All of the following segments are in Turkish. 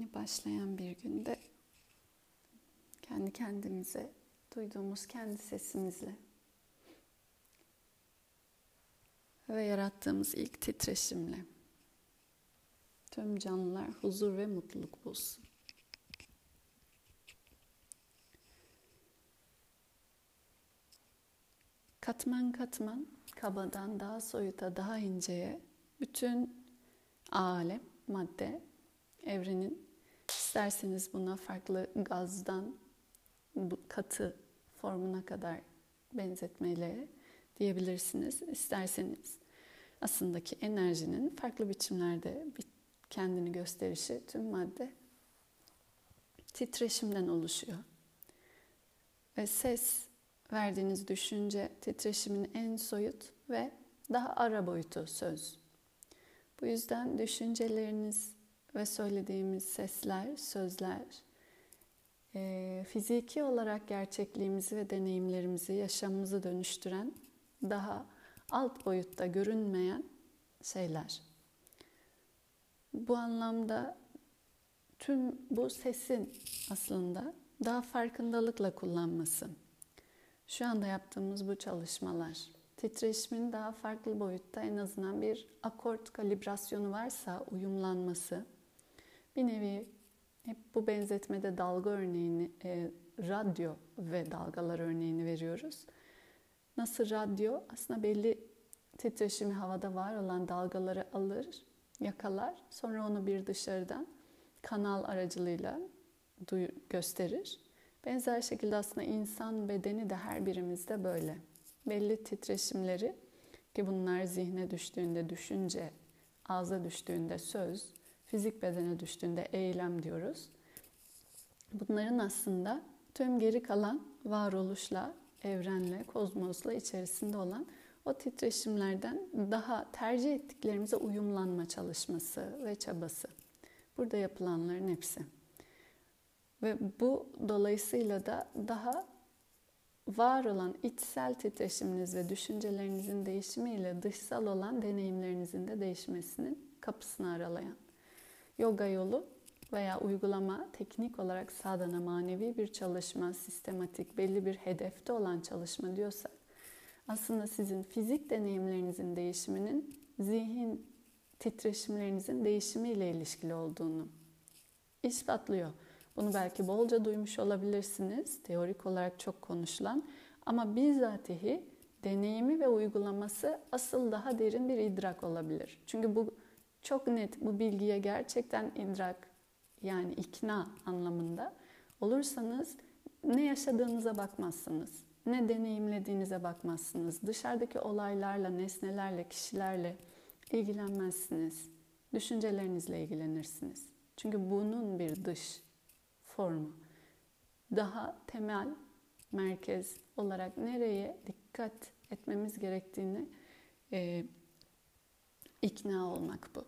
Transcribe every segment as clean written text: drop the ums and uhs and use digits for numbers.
Yeni başlayan bir günde kendi kendimize duyduğumuz kendi sesimizle ve yarattığımız ilk titreşimle tüm canlılar huzur ve mutluluk bulsun. Katman katman, kabadan daha soyuta, daha inceye bütün alem, madde, evrenin, isterseniz buna farklı gazdan katı formuna kadar benzetmeyle diyebilirsiniz. İsterseniz aslındaki enerjinin farklı biçimlerde kendini gösterişi tüm madde titreşimden oluşuyor. Ve ses verdiğiniz düşünce titreşimin en soyut ve daha ara boyutu söz. Bu yüzden düşünceleriniz ve söylediğimiz sesler, sözler fiziki olarak gerçekliğimizi ve deneyimlerimizi, yaşamımızı dönüştüren daha alt boyutta görünmeyen şeyler. Bu anlamda tüm bu sesin aslında daha farkındalıkla kullanması. Şu anda yaptığımız bu çalışmalar, titreşimin daha farklı boyutta en azından bir akort kalibrasyonu varsa uyumlanması, bir nevi hep bu benzetmede dalga örneğini, radyo ve dalgalar örneğini veriyoruz. Nasıl radyo aslında belli titreşimi havada var olan dalgaları alır, yakalar, sonra onu bir dışarıdan kanal aracılığıyla gösterir. Benzer şekilde aslında insan bedeni de her birimizde böyle. Belli titreşimleri ki bunlar zihne düştüğünde düşünce, ağza düştüğünde söz, fizik bedene düştüğünde eylem diyoruz. Bunların aslında tüm geri kalan varoluşla, evrenle, kozmosla içerisinde olan o titreşimlerden daha tercih ettiklerimize uyumlanma çalışması ve çabası. Burada yapılanların hepsi. Ve bu dolayısıyla da daha var olan içsel titreşiminiz ve düşüncelerinizin değişimiyle dışsal olan deneyimlerinizin de değişmesinin kapısını aralayan yoga yolu veya uygulama teknik olarak sadhana manevi bir çalışma, sistematik belli bir hedefte olan çalışma diyorsak aslında sizin fizik deneyimlerinizin değişiminin zihin titreşimlerinizin değişimiyle ilişkili olduğunu ispatlıyor. Bunu belki bolca duymuş olabilirsiniz. Teorik olarak çok konuşulan ama bizzatihi deneyimi ve uygulaması asıl daha derin bir idrak olabilir. Çünkü bu çok net, bu bilgiye gerçekten idrak yani ikna anlamında olursanız ne yaşadığınıza bakmazsınız, ne deneyimlediğinize bakmazsınız. Dışarıdaki olaylarla, nesnelerle, kişilerle ilgilenmezsiniz. Düşüncelerinizle ilgilenirsiniz. Çünkü bunun bir dış formu. Daha temel merkez olarak nereye dikkat etmemiz gerektiğini ikna olmak bu.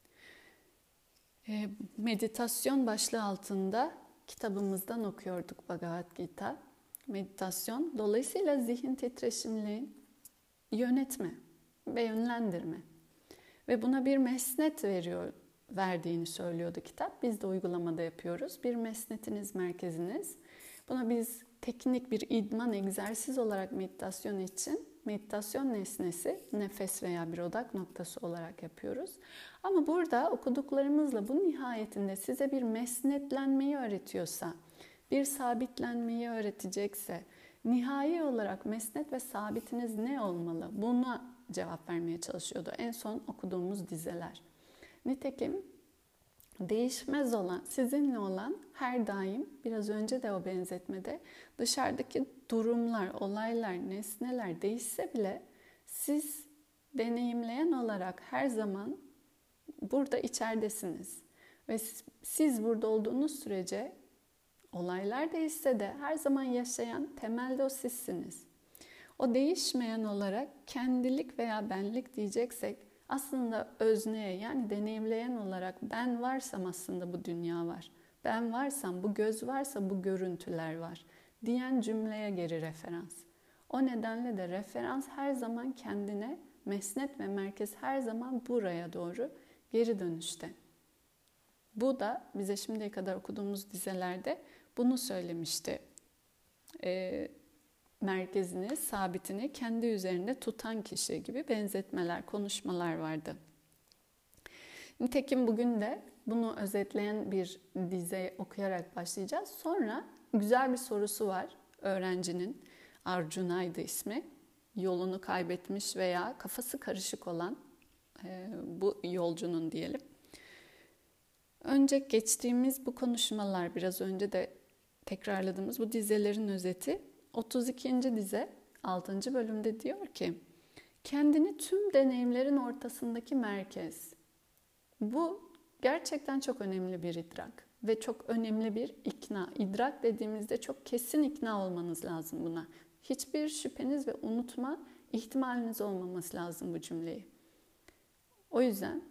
Meditasyon başlığı altında kitabımızdan okuyorduk Bhagavad Gita. Meditasyon dolayısıyla zihin titreşimli yönetme ve yönlendirme. Ve buna bir mesnet verdiğini söylüyordu kitap. Biz de uygulamada yapıyoruz. Bir mesnetiniz, merkeziniz. Buna biz teknik bir idman egzersiz olarak meditasyon için meditasyon nesnesi, nefes veya bir odak noktası olarak yapıyoruz. Ama burada okuduklarımızla bu nihayetinde size bir mesnetlenmeyi öğretiyorsa, bir sabitlenmeyi öğretecekse, nihai olarak mesnet ve sabitiniz ne olmalı? Buna cevap vermeye çalışıyordu en son okuduğumuz dizeler. Nitekim değişmez olan, sizinle olan her daim, biraz önce de o benzetmede dışarıdaki durumlar, olaylar, nesneler değişse bile siz deneyimleyen olarak her zaman burada içeridesiniz. Ve siz burada olduğunuz sürece olaylar değişse de her zaman yaşayan temelde o sizsiniz. O değişmeyen olarak kendilik veya benlik diyeceksek aslında özneye yani deneyimleyen olarak ben varsam aslında bu dünya var. Ben varsam, bu göz varsa bu görüntüler var diyen cümleye geri referans. O nedenle de referans her zaman kendine, mesnet ve merkez her zaman buraya doğru geri dönüşte. Bu da bize şimdiye kadar okuduğumuz dizelerde bunu söylemişti. Merkezini, sabitini kendi üzerinde tutan kişi gibi benzetmeler, konuşmalar vardı. Nitekim bugün de bunu özetleyen bir dize okuyarak başlayacağız. Sonra güzel bir sorusu var öğrencinin. Arjuna'ydı ismi. Yolunu kaybetmiş veya kafası karışık olan bu yolcunun diyelim. Önce geçtiğimiz bu konuşmalar, biraz önce de tekrarladığımız bu dizelerin özeti. 32. dize 6. bölümde diyor ki, kendini tüm deneyimlerin ortasındaki merkez. Bu gerçekten çok önemli bir idrak ve çok önemli bir ikna. İdrak dediğimizde çok kesin ikna olmanız lazım buna. Hiçbir şüpheniz ve unutma ihtimaliniz olmaması lazım bu cümleyi. O yüzden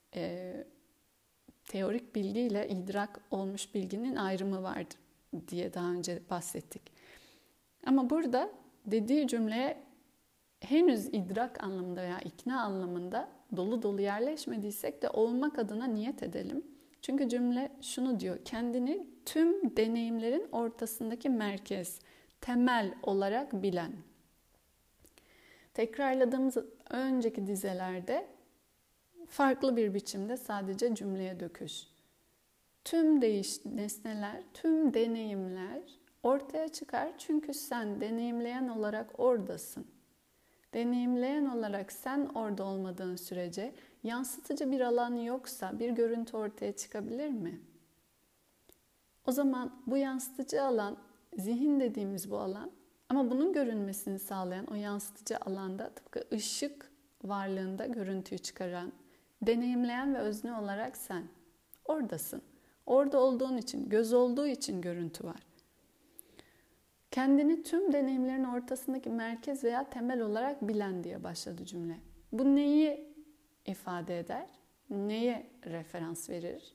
teorik bilgiyle idrak olmuş bilginin ayrımı vardır diye daha önce bahsettik. Ama burada dediği cümleye henüz idrak anlamında veya ikna anlamında dolu dolu yerleşmediysek de olmak adına niyet edelim. Çünkü cümle şunu diyor: kendini tüm deneyimlerin ortasındaki merkez, temel olarak bilen. Tekrarladığımız önceki dizelerde farklı bir biçimde sadece cümleye döküş. Tüm nesneler, tüm deneyimler ortaya çıkar çünkü sen deneyimleyen olarak oradasın. Deneyimleyen olarak sen orada olmadığın sürece yansıtıcı bir alan yoksa bir görüntü ortaya çıkabilir mi? O zaman bu yansıtıcı alan, zihin dediğimiz bu alan, ama bunun görünmesini sağlayan o yansıtıcı alanda tıpkı ışık varlığında görüntüyü çıkaran, deneyimleyen ve özne olarak sen oradasın. Orada olduğun için, göz olduğu için görüntü var. Kendini tüm deneyimlerin ortasındaki merkez veya temel olarak bilen diye başladı cümle. Bu neyi ifade eder? Neye referans verir?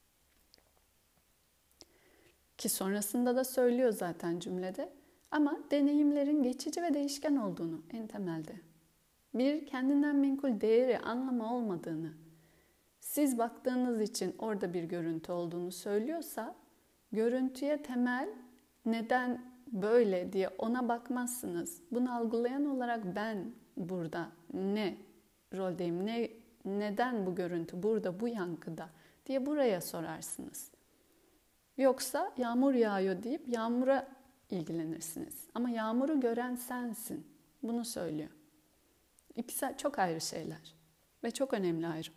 Ki sonrasında da söylüyor zaten cümlede. Ama deneyimlerin geçici ve değişken olduğunu en temelde. Bir kendinden menkul değeri, anlamı olmadığını, siz baktığınız için orada bir görüntü olduğunu söylüyorsa, görüntüye temel, neden böyle diye ona bakmazsınız. Bunu algılayan olarak ben burada ne roldeyim, neden bu görüntü burada, bu yankıda diye buraya sorarsınız. Yoksa yağmur yağıyor deyip yağmura ilgilenirsiniz. Ama yağmuru gören sensin. Bunu söylüyor. İkisi çok ayrı şeyler ve çok önemli ayrım.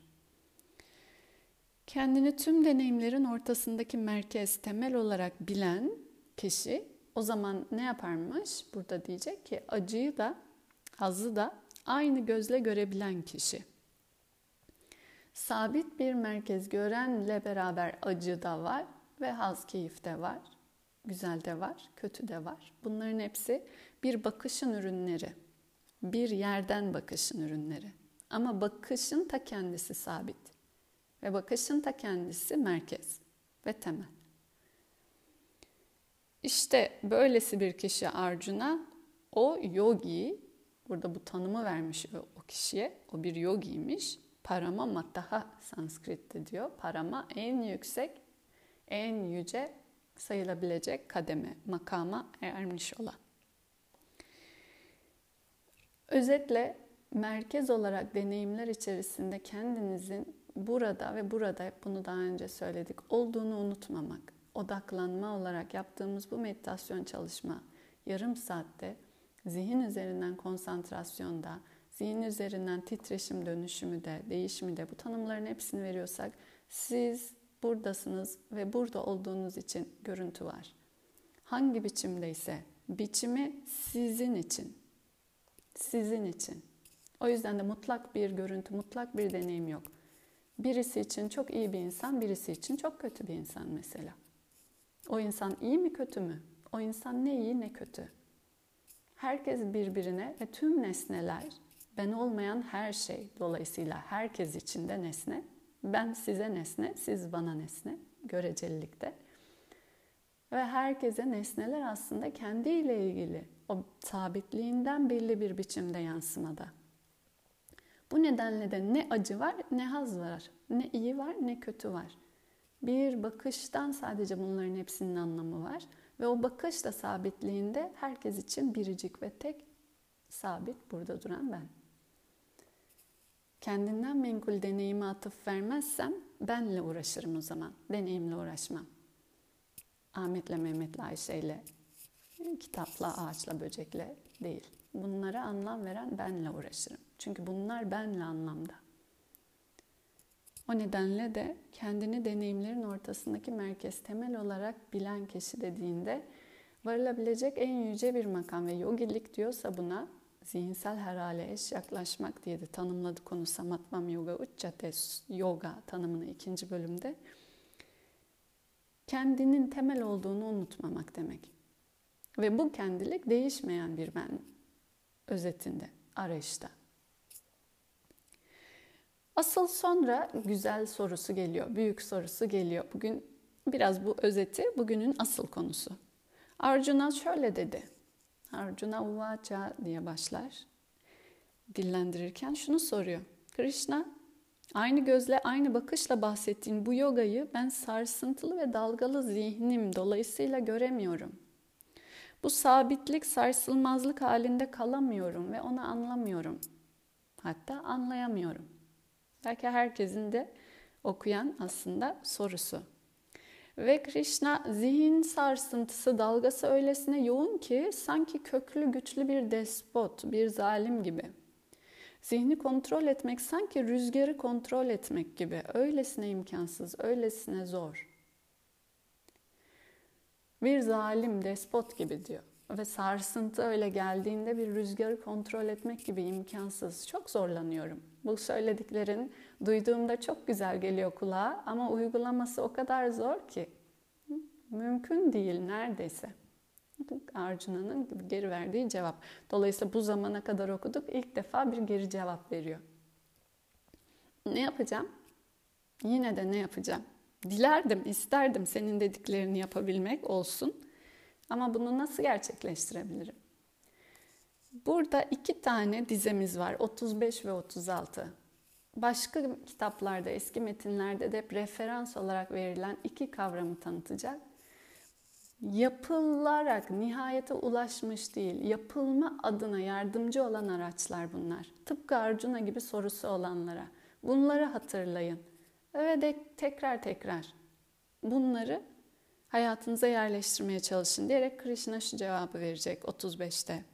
Kendini tüm deneyimlerin ortasındaki merkez, temel olarak bilen kişi o zaman ne yaparmış? Burada diyecek ki acıyı da, hazzı da aynı gözle görebilen kişi. Sabit bir merkez görenle beraber acı da var ve haz, keyif de var. Güzel de var, kötü de var. Bunların hepsi bir bakışın ürünleri. Bir yerden bakışın ürünleri. Ama bakışın ta kendisi sabit. Ve bakışın ta kendisi merkez ve temel. İşte böylesi bir kişi Arjuna, o yogi, burada bu tanımı vermiş o kişiye, o bir yogiymiş. Parama mataha Sanskrit'te diyor. Parama en yüksek, en yüce sayılabilecek kademe, makama ermiş olan. Özetle merkez olarak deneyimler içerisinde kendinizin burada ve burada, hep bunu daha önce söyledik, olduğunu unutmamak. Odaklanma olarak yaptığımız bu meditasyon çalışma yarım saatte zihin üzerinden konsantrasyonda, zihin üzerinden titreşim dönüşümü de, değişimi de, bu tanımların hepsini veriyorsak siz buradasınız ve burada olduğunuz için görüntü var. Hangi biçimdeyse biçimi sizin için. Sizin için. O yüzden de mutlak bir görüntü, mutlak bir deneyim yok. Birisi için çok iyi bir insan, birisi için çok kötü bir insan mesela. O insan iyi mi kötü mü? O insan ne iyi ne kötü. Herkes birbirine ve tüm nesneler, ben olmayan her şey dolayısıyla herkes için de nesne. Ben size nesne, siz bana nesne, görecelilikte. Ve herkese nesneler aslında kendiyle ilgili o sabitliğinden belli bir biçimde yansımada. Bu nedenle de ne acı var ne haz var, ne iyi var ne kötü var. Bir bakıştan sadece bunların hepsinin anlamı var. Ve o bakış da sabitliğinde herkes için biricik ve tek sabit burada duran ben. Kendinden menkul deneyime atıf vermezsem benle uğraşırım o zaman. Deneyimle uğraşmam. Ahmet'le, Mehmet'le, Ayşe'yle, kitapla, ağaçla, böcekle değil. Bunlara anlam veren benle uğraşırım. Çünkü bunlar benle anlamda. O nedenle de kendini deneyimlerin ortasındaki merkez, temel olarak bilen kişi dediğinde varılabilecek en yüce bir makam ve yogilik diyorsa buna zihinsel her hale eş yaklaşmak diye de tanımladı konu Samatvam Yoga, Uccate Yoga tanımını 2. bölümde. Kendinin temel olduğunu unutmamak demek. Ve bu kendilik değişmeyen bir ben özetinde, arayışta. Asıl sonra güzel sorusu geliyor, büyük sorusu geliyor. Bugün biraz bu özeti bugünün asıl konusu. Arjuna şöyle dedi. Arjuna Uvaca diye başlar. Dillendirirken şunu soruyor. Krishna, aynı gözle, aynı bakışla bahsettiğin bu yogayı ben sarsıntılı ve dalgalı zihnim dolayısıyla göremiyorum. Bu sabitlik, sarsılmazlık halinde kalamıyorum ve onu anlamıyorum. Hatta anlayamıyorum. Belki herkesin de okuyan aslında sorusu. Ve Krishna zihin sarsıntısı, dalgası öylesine yoğun ki sanki köklü güçlü bir despot, bir zalim gibi. Zihni kontrol etmek sanki rüzgarı kontrol etmek gibi. Öylesine imkansız, öylesine zor. Bir zalim, despot gibi diyor. Ve sarsıntı öyle geldiğinde bir rüzgarı kontrol etmek gibi imkansız. Çok zorlanıyorum. Bu söylediklerin duyduğumda çok güzel geliyor kulağa ama uygulaması o kadar zor ki. Mümkün değil neredeyse. Arjuna'nın geri verdiği cevap. Dolayısıyla bu zamana kadar okuduk. İlk defa bir geri cevap veriyor. Ne yapacağım? Yine de ne yapacağım? Dilerdim, isterdim senin dediklerini yapabilmek olsun. Ama bunu nasıl gerçekleştirebilirim? Burada 2 tane dizemiz var. 35 ve 36. Başka kitaplarda, eski metinlerde de hep referans olarak verilen 2 kavramı tanıtacak. Yapılarak nihayete ulaşmış değil, yapılma adına yardımcı olan araçlar bunlar. Tıpkı Arjuna gibi sorusu olanlara. Bunları hatırlayın. Ve tekrar bunları hayatınıza yerleştirmeye çalışın diyerek Krishna şu cevabı verecek 35'te.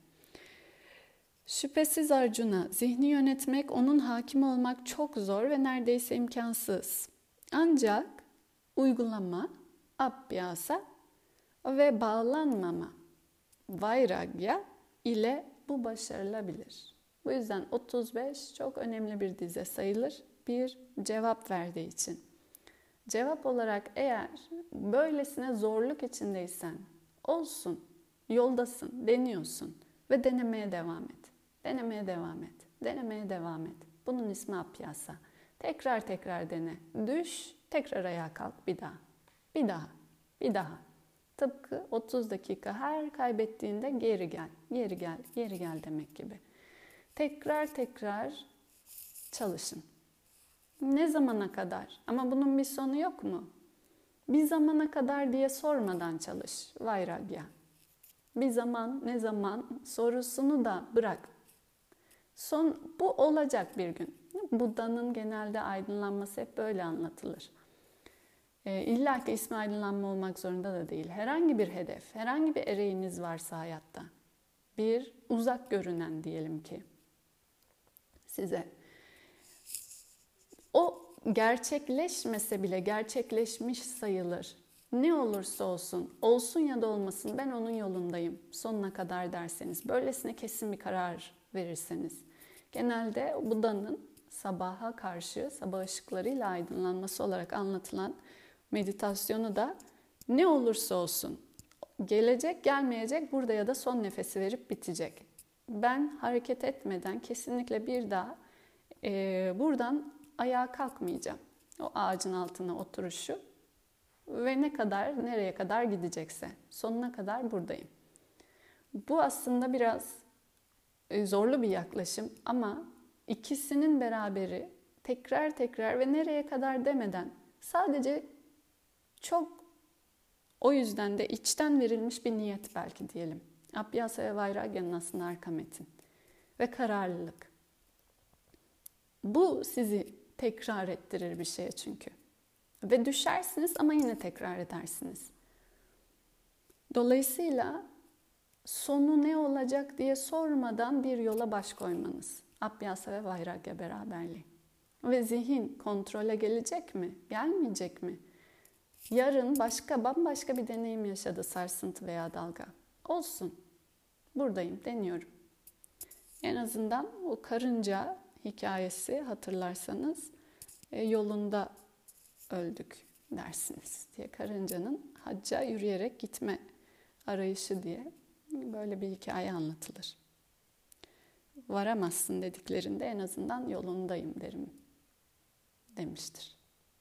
Şüphesiz Arjuna, zihni yönetmek, onun hakim olmak çok zor ve neredeyse imkansız. Ancak uygulama, abhyasa ve bağlanmama, vairagya ile bu başarılabilir. Bu yüzden 35 çok önemli bir dize sayılır bir cevap verdiği için. Cevap olarak eğer böylesine zorluk içindeysen olsun, yoldasın, deniyorsun ve denemeye devam et. Denemeye devam et. Denemeye devam et. Bunun ismi apyasa. Tekrar dene. Düş, tekrar ayağa kalk bir daha. Bir daha. Tıpkı 30 dakika her kaybettiğinde geri gel demek gibi. Tekrar çalışın. Ne zamana kadar? Ama bunun bir sonu yok mu? Bir zamana kadar diye sormadan çalış. Vairagya. Bir zaman, ne zaman sorusunu da bırak. Bu olacak bir gün. Buda'nın genelde aydınlanması hep böyle anlatılır. İlla ki ismi aydınlanma olmak zorunda da değil. Herhangi bir hedef, herhangi bir ereğiniz varsa hayatta. Bir uzak görünen diyelim ki size. O gerçekleşmese bile gerçekleşmiş sayılır. Ne olursa olsun, olsun ya da olmasın ben onun yolundayım sonuna kadar derseniz, böylesine kesin bir karar verirseniz. Genelde Buda'nın sabaha karşı, sabah ışıklarıyla aydınlanması olarak anlatılan meditasyonu da ne olursa olsun, gelecek, gelmeyecek, burada ya da son nefesi verip bitecek. Ben hareket etmeden kesinlikle bir daha buradan ayağa kalkmayacağım. O ağacın altına oturuşu ve nereye kadar gidecekse sonuna kadar buradayım. Bu aslında biraz zorlu bir yaklaşım ama ikisinin beraberi tekrar ve nereye kadar demeden sadece Çok, o yüzden de içten verilmiş bir niyet belki diyelim. Abhyasa ve Vairagya'nın aslında arka metin. Ve kararlılık. Bu sizi tekrar ettirir bir şeye çünkü. Ve düşersiniz ama yine tekrar edersiniz. Dolayısıyla sonu ne olacak diye sormadan bir yola baş koymanız. Abhyasa ve Vairagya beraberliği. Ve zihin kontrole gelecek mi? Gelmeyecek mi? Yarın bambaşka bir deneyim yaşadı, sarsıntı veya dalga. Olsun. Buradayım, deniyorum. En azından o karınca hikayesi hatırlarsanız yolunda öldük dersiniz diye, karıncanın hacca yürüyerek gitme arayışı diye böyle bir hikaye anlatılır. Varamazsın dediklerinde en azından yolundayım derim demiştir.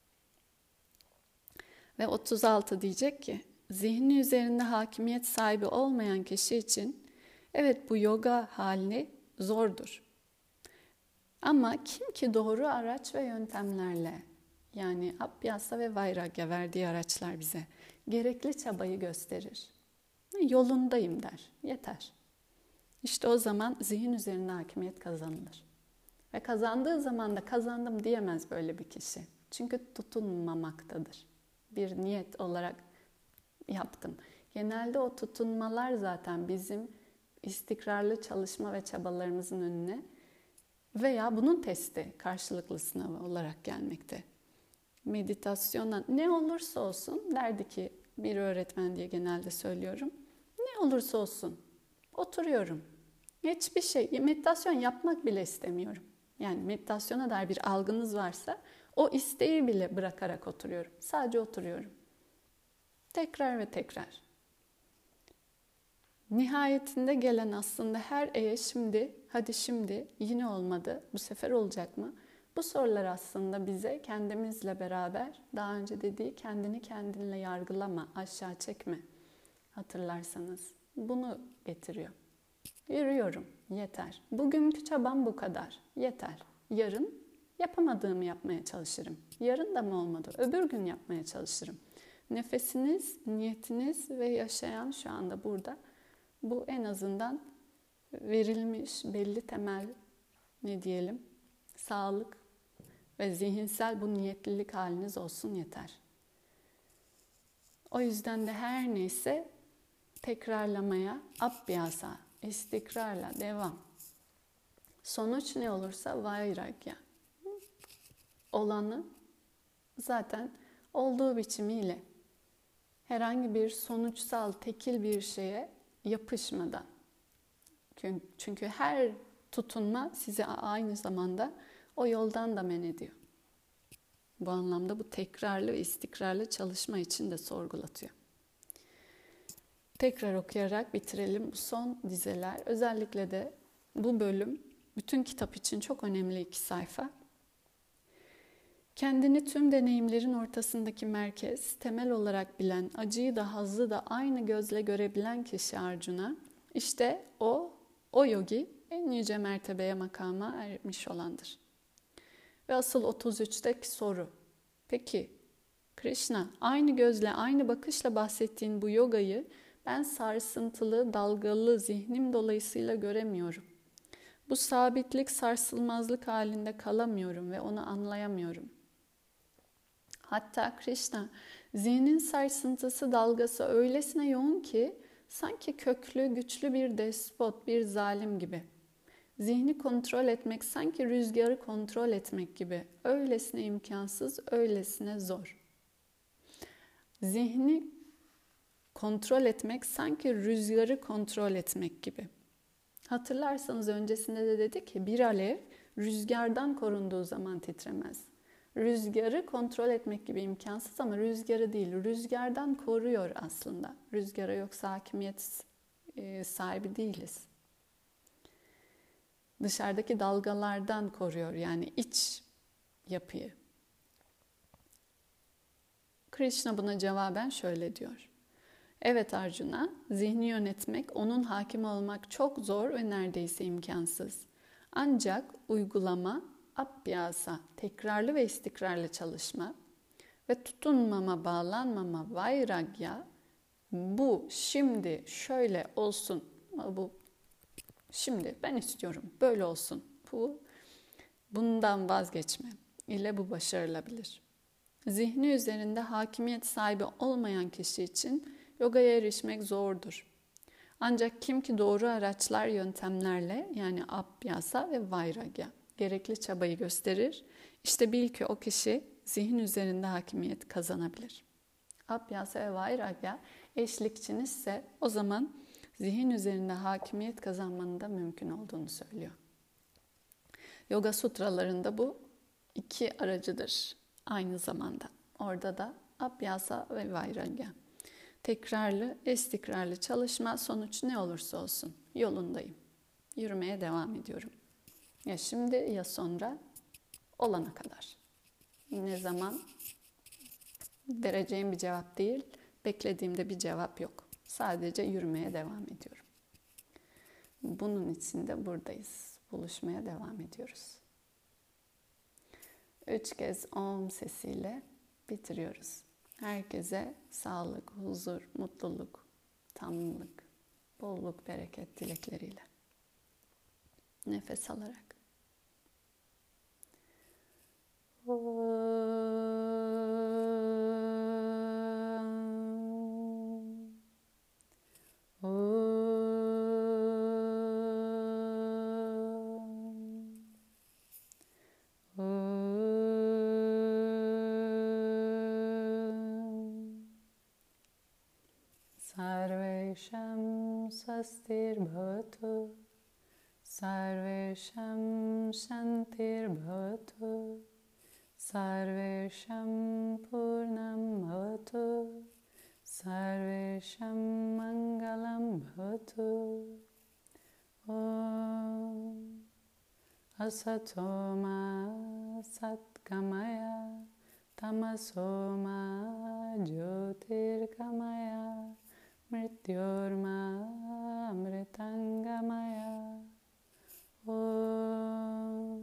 Ve 36 diyecek ki, zihni üzerinde hakimiyet sahibi olmayan kişi için evet bu yoga hali zordur. Ama kim ki doğru araç ve yöntemlerle, yani Abhyasa ve Vairagya verdiği araçlar bize gerekli çabayı gösterir. Yolundayım der, yeter. İşte o zaman zihin üzerine hakimiyet kazanılır. Ve kazandığı zaman da kazandım diyemez böyle bir kişi. Çünkü tutunmamaktadır. Bir niyet olarak yaptım. Genelde o tutunmalar zaten bizim istikrarlı çalışma ve çabalarımızın önüne veya bunun testi, karşılıklı sınavı olarak gelmekte. Meditasyona ne olursa olsun, derdi ki bir öğretmen diye genelde söylüyorum. Ne olursa olsun oturuyorum. Hiçbir şey, meditasyon yapmak bile istemiyorum. Yani meditasyona dair bir algınız varsa o isteği bile bırakarak oturuyorum. Sadece oturuyorum. Tekrar ve tekrar. Nihayetinde gelen aslında her şimdi, hadi şimdi yine olmadı, bu sefer olacak mı? Bu sorular aslında bize kendimizle beraber, daha önce dediği kendini kendinle yargılama, aşağı çekme, hatırlarsanız. Bunu getiriyor. Yürüyorum, yeter. Bugünkü çabam bu kadar, yeter. Yarın yapamadığımı yapmaya çalışırım. Yarın da mı olmadı? Öbür gün yapmaya çalışırım. Nefesiniz, niyetiniz ve yaşayan şu anda burada. Bu en azından verilmiş belli temel, ne diyelim, sağlık ve zihinsel bu niyetlilik haliniz olsun yeter. O yüzden de her neyse tekrarlamaya, abhyasa, istikrarla devam. Sonuç ne olursa vairagya. Olanı zaten olduğu biçimiyle herhangi bir sonuçsal, tekil bir şeye yapışmadan. Çünkü her tutunma sizi aynı zamanda o yoldan da men ediyor. Bu anlamda bu tekrarlı ve istikrarlı çalışma için de sorgulatıyor. Tekrar okuyarak bitirelim bu son dizeler. Özellikle de bu bölüm bütün kitap için çok önemli 2 sayfa. Kendini tüm deneyimlerin ortasındaki merkez, temel olarak bilen, acıyı da hazzı da aynı gözle görebilen kişi Arjuna, işte o yogi en yüce mertebeye, makama ermiş olandır. Ve asıl 33'teki soru, peki Krishna, aynı gözle, aynı bakışla bahsettiğin bu yogayı ben sarsıntılı, dalgalı zihnim dolayısıyla göremiyorum. Bu sabitlik, sarsılmazlık halinde kalamıyorum ve onu anlayamıyorum. Hatta Krishna, zihnin sarsıntısı, dalgası öylesine yoğun ki sanki köklü, güçlü bir despot, bir zalim gibi. Zihni kontrol etmek sanki rüzgarı kontrol etmek gibi. Öylesine imkansız, öylesine zor. Zihni kontrol etmek sanki rüzgarı kontrol etmek gibi. Hatırlarsanız öncesinde de dedik ki bir alev rüzgardan korunduğu zaman titremez. Rüzgarı kontrol etmek gibi imkansız ama rüzgarı değil, rüzgardan koruyor aslında. Rüzgara yoksa hakimiyet sahibi değiliz. Dışarıdaki dalgalardan koruyor, yani iç yapıyı. Krishna buna cevaben şöyle diyor. Evet Arjuna, zihni yönetmek, onun hakim olmak çok zor ve neredeyse imkansız. Ancak uygulama, abhyasa, tekrarlı ve istikrarlı çalışma Ve tutunmama, bağlanmama, vairagya, bu şimdi şöyle olsun, bu şimdi ben istiyorum böyle olsun, bundan vazgeçme ile bu başarılabilir. Zihni üzerinde hakimiyet sahibi olmayan kişi için yogaya erişmek zordur. Ancak kim ki doğru araçlar, yöntemlerle yani abhyasa ve vairagya gerekli çabayı gösterir, işte bil ki o kişi zihin üzerinde hakimiyet kazanabilir. Abhyasa ve vairagya eşlikçinizse o zaman zihin üzerinde hakimiyet kazanmanın da mümkün olduğunu söylüyor. Yoga sutralarında bu iki aracıdır aynı zamanda. Orada da abhyasa ve vairagya. Tekrarlı, istikrarlı çalışma, sonuç ne olursa olsun yolundayım. Yürümeye devam ediyorum. Ya şimdi ya sonra, olana kadar. Ne zaman vereceğim bir cevap değil, beklediğimde bir cevap yok. Sadece yürümeye devam ediyorum. Bunun için de buradayız. Buluşmaya devam ediyoruz. 3 kez Om sesiyle bitiriyoruz. Herkese sağlık, huzur, mutluluk, tamlık, bolluk, bereket dilekleriyle. Nefes alarak. Sarvesham swastirбhavatu, sarvesham shantirbhavatu, sarvesham purnam bhavatu, sarvesham mangalam bhavatu. Om asatoma satgamaya, tamasoma jyotirgamaya, mrityorma amritangamaya. Om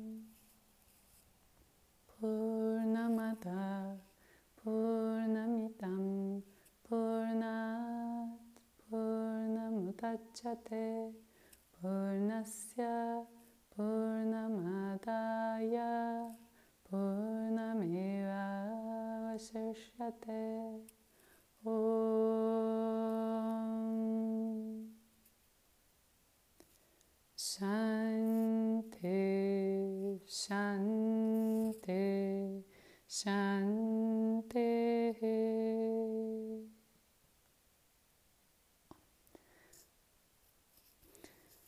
Purnamada Purnamidam Purnat Purnamudachyate Purnasya Purnamadaya Purnameva Vasishyate. Om Shanti, Shanti, Shanti.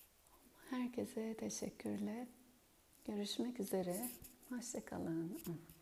Herkese teşekkürler. Görüşmek üzere. Hoşça kalın.